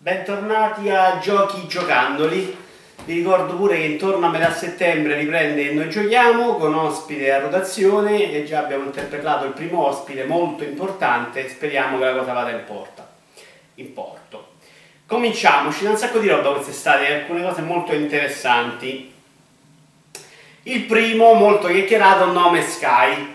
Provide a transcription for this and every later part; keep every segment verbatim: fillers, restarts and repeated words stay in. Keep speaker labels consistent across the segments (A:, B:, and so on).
A: Bentornati a Giochi Giocandoli. Vi ricordo pure che intorno a metà settembre riprende Noi Giochiamo con ospite a rotazione e già abbiamo interpretato il primo ospite molto importante, speriamo che la cosa vada in porta. In porto. Cominciamo, ci da un sacco di roba quest'estate, alcune cose molto interessanti. Il primo, molto chiacchierato, Nome Sky.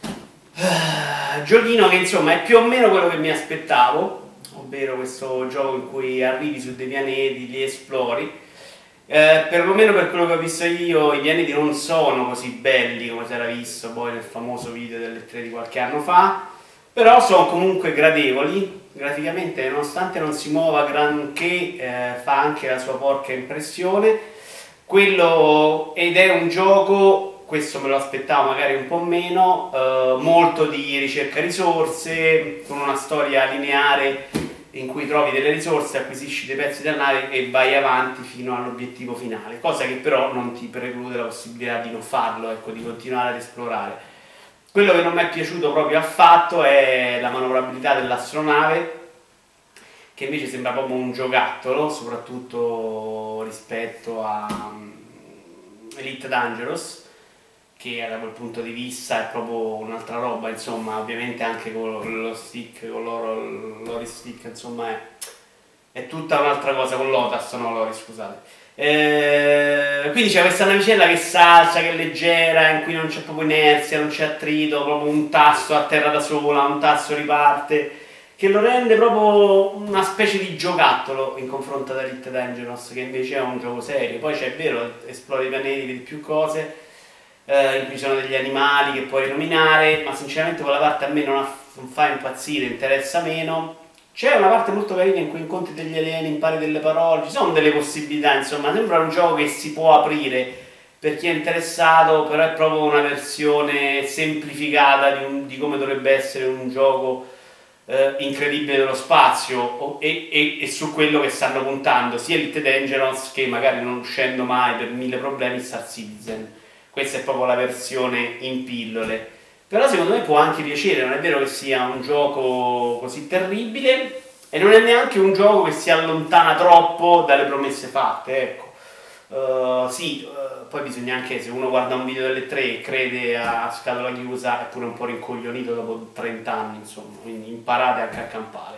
A: Uh, giochino che insomma è più o meno quello che mi aspettavo, ovvero questo gioco in cui arrivi su dei pianeti, li esplori. Eh, perlomeno per quello che ho visto io, i pianeti non sono così belli come si era visto poi nel famoso video delle tre di qualche anno fa, però sono comunque gradevoli. Graficamente, nonostante non si muova granché, eh, fa anche la sua porca impressione. Quello, ed è un gioco, questo me lo aspettavo magari un po' meno, eh, molto di ricerca risorse, con una storia lineare in cui trovi delle risorse, acquisisci dei pezzi della nave e vai avanti fino all'obiettivo finale, cosa che però non ti preclude la possibilità di non farlo, ecco, di continuare ad esplorare. Quello che non mi è piaciuto proprio affatto è la manovrabilità dell'astronave, che invece sembra proprio un giocattolo, soprattutto rispetto a um, Elite Dangerous, che da quel punto di vista è proprio un'altra roba, insomma, ovviamente anche con lo stick, con l'Ori stick, insomma è, è tutta un'altra cosa, con l'Otas, no l'Ori, scusate. Eh, quindi c'è questa navicella che salsa, che è leggera, in cui non c'è proprio inerzia, non c'è attrito, proprio un tasto a terra da sola, un tasto riparte, che lo rende proprio una specie di giocattolo in confronto ad Elite Dangerous, che invece è un gioco serio. Poi c'è, è vero, esplori i pianeti, vedi più cose, eh, in cui ci sono degli animali che puoi rinominare, ma sinceramente quella parte a me non, ha, non fa impazzire, interessa meno. C'è una parte molto carina in cui incontri degli alieni, impari delle parole, ci sono delle possibilità, insomma, sembra un gioco che si può aprire per chi è interessato, però è proprio una versione semplificata di, un, di come dovrebbe essere un gioco eh, incredibile dello spazio e, e, e su quello che stanno puntando sia Elite Dangerous che, magari non uscendo mai per mille problemi, Star Citizen. Questa è proprio la versione in pillole. Però secondo me può anche piacere, non è vero che sia un gioco così terribile e non è neanche un gioco che si allontana troppo dalle promesse fatte, ecco. Uh, sì, uh, poi bisogna anche, se uno guarda un video delle tre e crede a scatola chiusa, è pure un po' rincoglionito dopo trenta anni, insomma, quindi imparate anche a campare.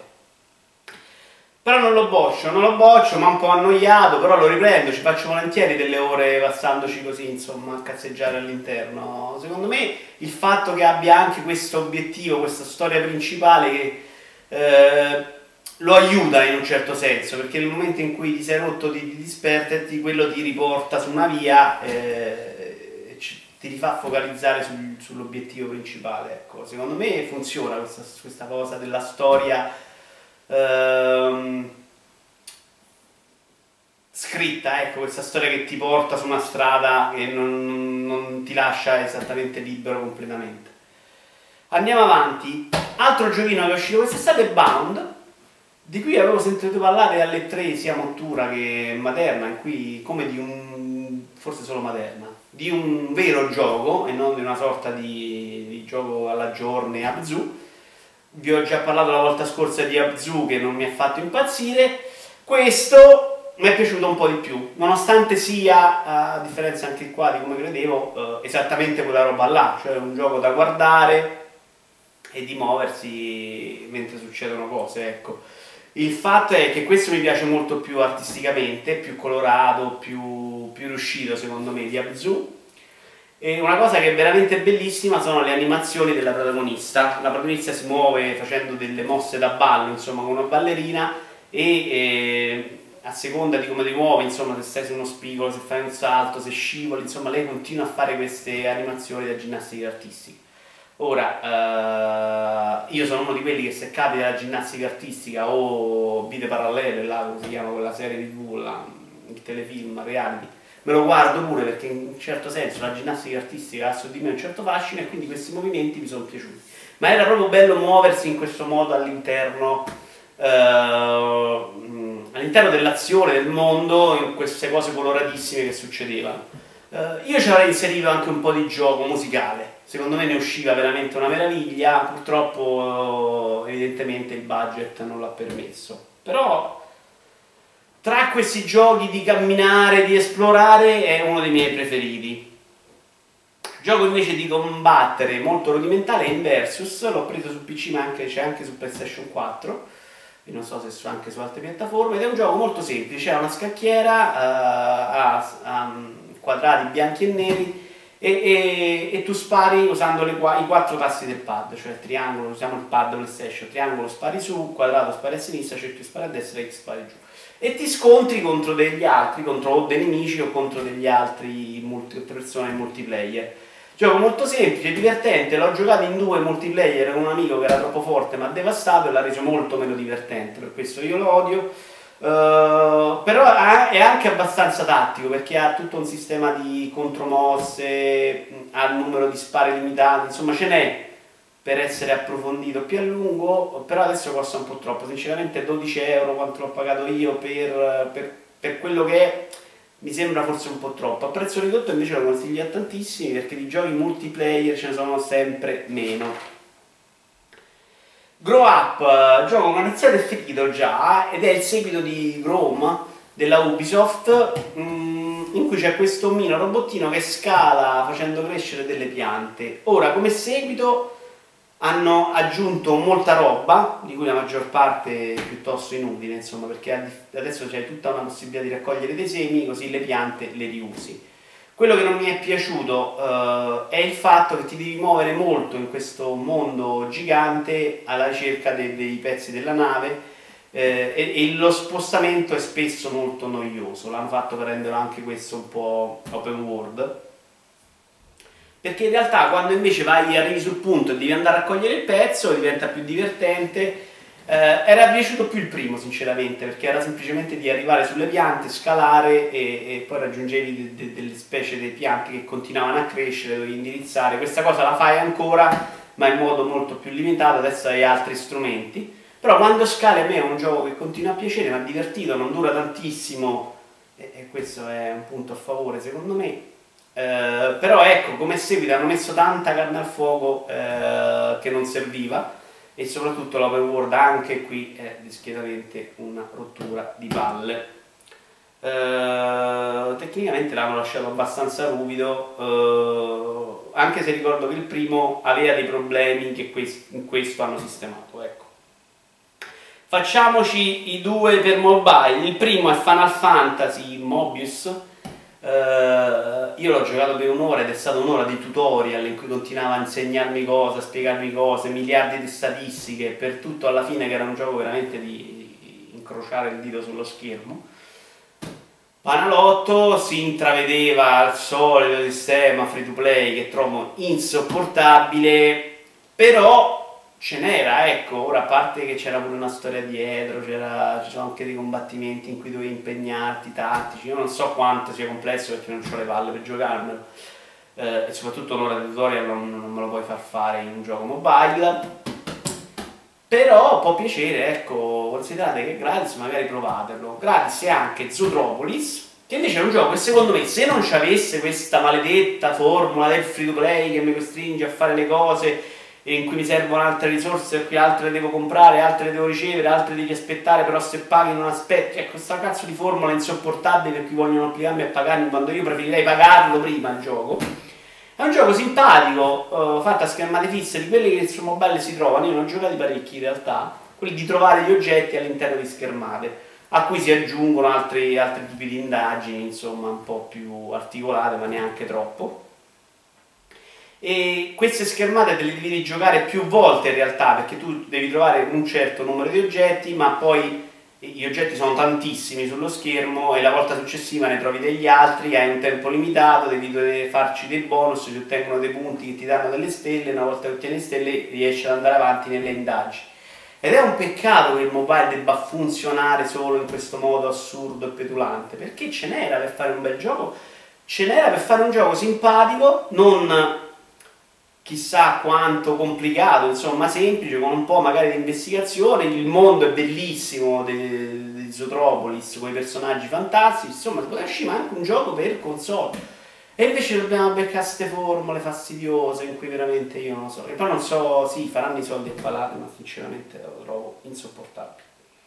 A: Però non lo boccio, non lo boccio, ma un po' annoiato, però lo riprendo, ci faccio volentieri delle ore passandoci così, insomma, a cazzeggiare all'interno. Secondo me il fatto che abbia anche questo obiettivo, questa storia principale che eh, lo aiuta in un certo senso, perché nel momento in cui ti sei rotto di, di disperderti, quello ti riporta su una via eh, e ci, ti rifà focalizzare sul, sull'obiettivo principale. Ecco, secondo me funziona questa, questa cosa della storia Uh, scritta, ecco, questa storia che ti porta su una strada e non, non ti lascia esattamente libero completamente. Andiamo avanti. Altro giochino che è uscito quest'estate è Bound, di cui avevo sentito parlare alle tre sia Mottura che Materna, in cui, come di un, forse solo Materna, di un vero gioco e non di una sorta di, di gioco alla Journey Abzu. Vi ho già parlato la volta scorsa di Abzu, che non mi ha fatto impazzire. Questo mi è piaciuto un po' di più, nonostante sia, a differenza anche qua di come credevo, eh, esattamente quella roba là, cioè un gioco da guardare e di muoversi mentre succedono cose, ecco. Il fatto è che questo mi piace molto più artisticamente, più colorato, più, più riuscito secondo me di Abzu. E una cosa che è veramente bellissima sono le animazioni della protagonista. La protagonista si muove facendo delle mosse da ballo, insomma, con una ballerina e eh, a seconda di come ti muovi, insomma, se stai su uno spigolo, se fai un salto, se scivoli, insomma, lei continua a fare queste animazioni da ginnastica artistica. Ora, eh, io sono uno di quelli che, se capita la ginnastica artistica o vite parallele, là, come si chiama quella serie tv, là, il telefilm, reality, me lo guardo pure, perché in un certo senso la ginnastica artistica ha su di me un certo fascino e quindi questi movimenti mi sono piaciuti. Ma era proprio bello muoversi in questo modo all'interno eh, all'interno dell'azione, del mondo, in queste cose coloratissime che succedevano. Eh, io ci avrei inserito anche un po' di gioco musicale, secondo me ne usciva veramente una meraviglia, purtroppo evidentemente il budget non l'ha permesso. Però tra questi giochi di camminare, di esplorare, è uno dei miei preferiti. Gioco invece di combattere molto rudimentale è Inversus, l'ho preso su P C ma anche, c'è anche su PlayStation quattro, e non so se su, anche su altre piattaforme, ed è un gioco molto semplice, ha una scacchiera, uh, ha, ha quadrati bianchi e neri, e, e, e tu spari usando le, i quattro tasti del pad, cioè triangolo, usiamo il pad PlayStation, triangolo spari su, quadrato spari a sinistra, cerchio spari a destra, X spari giù. E ti scontri contro degli altri, contro o dei nemici o contro degli altri multi, persone in multiplayer. Gioco molto semplice, divertente, l'ho giocato in due multiplayer con un amico che era troppo forte ma devastato e l'ha reso molto meno divertente, per questo io lo odio. Uh, però è anche abbastanza tattico perché ha tutto un sistema di contromosse, ha il numero di spari limitato, insomma ce n'è per essere approfondito più a lungo, però adesso costa un po' troppo, sinceramente dodici euro quanto l'ho pagato io per, per, per quello che è. Mi sembra forse un po' troppo. A prezzo ridotto invece lo consiglio a tantissimi perché di giochi multiplayer ce ne sono sempre meno. Grow Up, gioco che ho iniziato e finito già, ed è il seguito di Grom della Ubisoft, in cui c'è questo omino robottino che scala facendo crescere delle piante. Ora, come seguito hanno aggiunto molta roba, di cui la maggior parte piuttosto inutile, insomma, perché adesso c'è tutta una possibilità di raccogliere dei semi, così le piante le riusi. Quello che non mi è piaciuto eh, è il fatto che ti devi muovere molto in questo mondo gigante alla ricerca de dei pezzi della nave eh, e, e lo spostamento è spesso molto noioso. L'hanno fatto per renderlo anche questo un po' open world. Perché in realtà quando invece vai, arrivi sul punto e devi andare a cogliere il pezzo diventa più divertente. Eh, era piaciuto più il primo sinceramente, perché era semplicemente di arrivare sulle piante, scalare e, e poi raggiungevi de, de, delle specie di piante che continuavano a crescere, dovevi indirizzare. Questa cosa la fai ancora ma in modo molto più limitato, adesso hai altri strumenti. Però quando scali a me è un gioco che continua a piacere, mi ha divertito, non dura tantissimo e, e questo è un punto a favore secondo me. Uh, però ecco, come seguito hanno messo tanta carne al fuoco uh, che non serviva, e soprattutto l'open world anche qui è discretamente una rottura di palle. Uh, tecnicamente l'hanno lasciato abbastanza ruvido, uh, anche se ricordo che il primo aveva dei problemi che quest in questo hanno sistemato, ecco. Facciamoci i due per mobile. Il primo è Final Fantasy Mobius. Uh, io l'ho giocato per un'ora ed è stata un'ora di tutorial in cui continuava a insegnarmi cose, a spiegarmi cose, miliardi di statistiche, per tutto alla fine che era un gioco veramente di, di incrociare il dito sullo schermo. Panalotto, si intravedeva il solito sistema free to play che trovo insopportabile, però ce n'era, ecco. Ora, a parte che c'era pure una storia dietro, c'erano anche dei combattimenti in cui dovevi impegnarti, tattici, io non so quanto sia complesso perché non ho le palle per giocarmelo, eh, e soprattutto un'ora di tutorial non, non me lo puoi far fare in un gioco mobile, però può piacere, ecco, considerate che è gratis, magari provatelo. Gratis è anche Zootropolis, che invece è un gioco che secondo me, se non ci avesse questa maledetta formula del free to play che mi costringe a fare le cose e in cui mi servono altre risorse, per cui altre le devo comprare, altre le devo ricevere, altre devi aspettare, però se paghi non aspetti, ecco, questa cazzo di formula insopportabile per cui vogliono obbligarmi a pagarmi quando io preferirei pagarlo prima il gioco. È un gioco simpatico, uh, fatto a schermate fisse, di quelli che su mobile si trovano. Io ne ho giocati parecchi in realtà, quelli di trovare gli oggetti all'interno di schermate, a cui si aggiungono altri, altri tipi di indagini, insomma un po' più articolate, ma neanche troppo. E queste schermate te le devi giocare più volte in realtà, perché tu devi trovare un certo numero di oggetti, ma poi gli oggetti sono tantissimi sullo schermo e la volta successiva ne trovi degli altri, hai un tempo limitato, devi, devi farci dei bonus, ti ottengono dei punti che ti danno delle stelle, una volta che ottieni le stelle riesci ad andare avanti nelle indagini. Ed è un peccato che il mobile debba funzionare solo in questo modo assurdo e petulante, perché ce n'era per fare un bel gioco, ce n'era per fare un gioco simpatico, non chissà quanto complicato, insomma semplice, con un po' magari di investigazione. Il mondo è bellissimo di Zootropolis, con i personaggi fantastici, insomma poteva uscire anche un gioco per console, e invece dobbiamo beccare queste formule fastidiose in cui veramente io non so, e poi non so, sì, faranno i soldi a palate, ma sinceramente lo trovo insopportabile.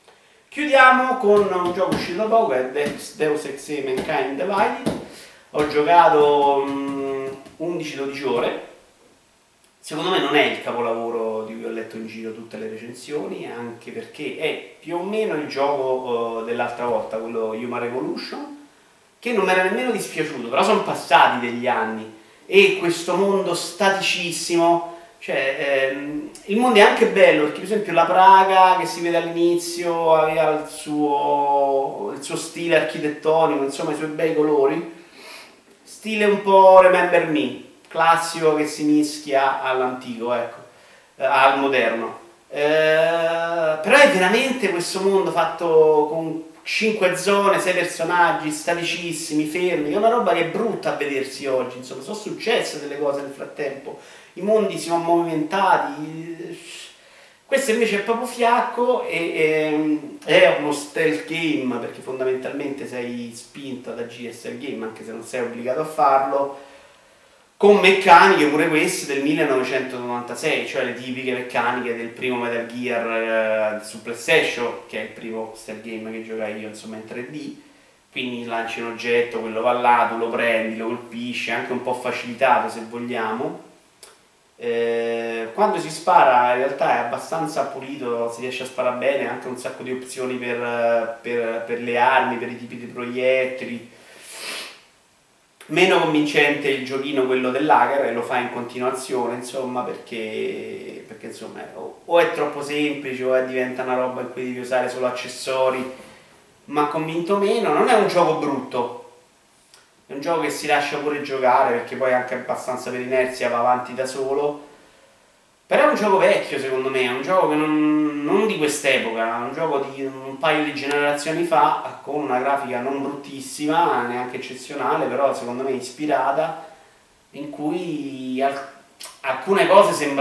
A: Chiudiamo con un gioco uscito da poco, è Deus Ex Mankind Divided. Ho giocato um, undici dodici ore. Secondo me non è il capolavoro di cui ho letto in giro tutte le recensioni, anche perché è più o meno il gioco uh, dell'altra volta, quello Human Revolution, che non mi era nemmeno dispiaciuto, però sono passati degli anni e questo mondo staticissimo, cioè ehm, il mondo è anche bello perché per esempio la Praga che si vede all'inizio aveva il suo, il suo stile architettonico, insomma i suoi bei colori, stile un po' Remember Me, classico che si mischia all'antico, ecco, eh, al moderno. Eh, però è veramente questo mondo fatto con cinque zone, sei personaggi, staticissimi, fermi, è una roba che è brutta a vedersi oggi, insomma, sono successe delle cose nel frattempo, i mondi si sono movimentati, questo invece è proprio fiacco e, e è uno stealth game, perché fondamentalmente sei spinto ad agire stealth game, anche se non sei obbligato a farlo, con meccaniche pure queste del millenovecentonovantasei, cioè le tipiche meccaniche del primo Metal Gear eh, su PlayStation, che è il primo stealth game che giocai io, insomma, in tre D. Quindi lanci un oggetto, quello va là, tu lo prendi, lo colpisci, anche un po' facilitato se vogliamo. Eh, quando si spara in realtà è abbastanza pulito, si riesce a sparare bene, anche un sacco di opzioni per, per, per le armi, per i tipi di proiettili. Meno convincente il giochino quello dell'hacker e lo fa in continuazione, insomma, perché, perché insomma, o, o è troppo semplice o è, diventa una roba in cui devi usare solo accessori, ma convinto meno. Non è un gioco brutto, è un gioco che si lascia pure giocare perché poi anche abbastanza per inerzia va avanti da solo, però è un gioco vecchio secondo me, è un gioco che non, non di quest'epoca, è un gioco di un paio di generazioni fa, con una grafica non bruttissima, neanche eccezionale, però secondo me ispirata, in cui alc alcune cose sembra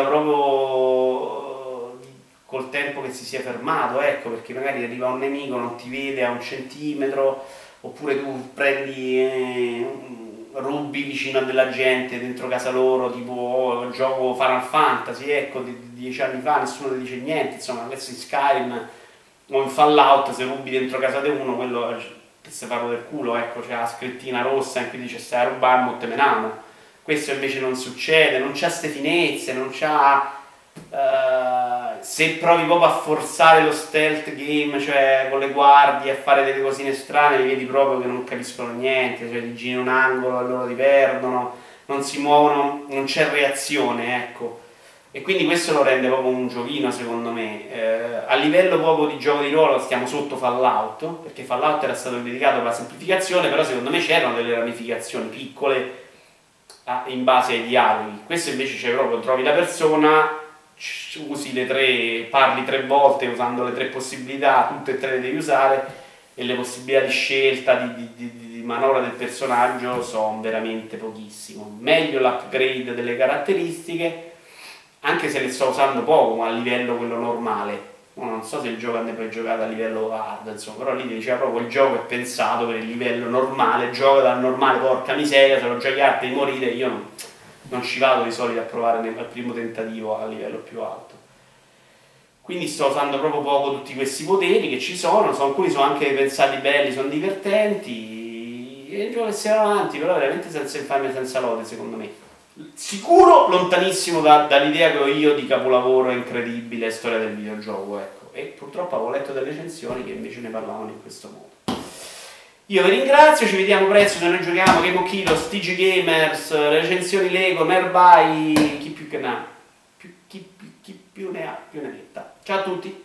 A: proprio col tempo che si sia fermato, ecco, perché magari arriva un nemico, non ti vede a un centimetro, oppure tu prendi... Eh, rubi vicino a della gente dentro casa loro, tipo oh, gioco Final Fantasy, ecco, di, di dieci anni fa nessuno ti dice niente, insomma, adesso in Skyrim o in Fallout se rubi dentro casa di uno, quello che si parla del culo, ecco, c'è la scrittina rossa in cui dice stai a rubare, mo te menamo. Questo invece non succede, non c'ha ste finezze, non c'ha... Uh, se provi proprio a forzare lo stealth game, cioè con le guardie, a fare delle cosine strane, li vedi proprio che non capiscono niente, cioè ti giri in un angolo e loro ti perdono, non si muovono, non c'è reazione, ecco. E quindi questo lo rende proprio un giochino secondo me. Eh, a livello proprio di gioco di ruolo stiamo sotto Fallout, perché Fallout era stato dedicato alla semplificazione, però secondo me c'erano delle ramificazioni piccole ah, in base ai dialoghi. Questo invece c'è proprio, trovi la persona, usi le tre, parli tre volte usando le tre possibilità, tutte e tre le devi usare, e le possibilità di scelta, di, di, di, di manovra del personaggio sono veramente pochissimo. Meglio l'upgrade delle caratteristiche, anche se le sto usando poco, ma a livello quello normale. Non so se il gioco ne puoi giocare a livello hard, insomma, però lì diceva proprio il gioco è pensato per il livello normale, gioco dal normale, porca miseria, se lo giochi hard devi morire, io non... non ci vado di solito a provare nel, al primo tentativo a livello più alto. Quindi sto usando proprio poco tutti questi poteri che ci sono, sono alcuni sono anche pensati belli, sono divertenti, e il gioco che si va avanti, però veramente senza infamia, senza lode secondo me. Sicuro lontanissimo da, dall'idea che ho io di capolavoro incredibile storia del videogioco, ecco. E purtroppo avevo letto delle recensioni che invece ne parlavano in questo modo. Io vi ringrazio, ci vediamo presto se noi giochiamo Game of Kilos, T G Gamers, le recensioni Lego, Merbai, chi più che ne ha, più, chi, chi più ne ha più ne metta. Ciao a tutti!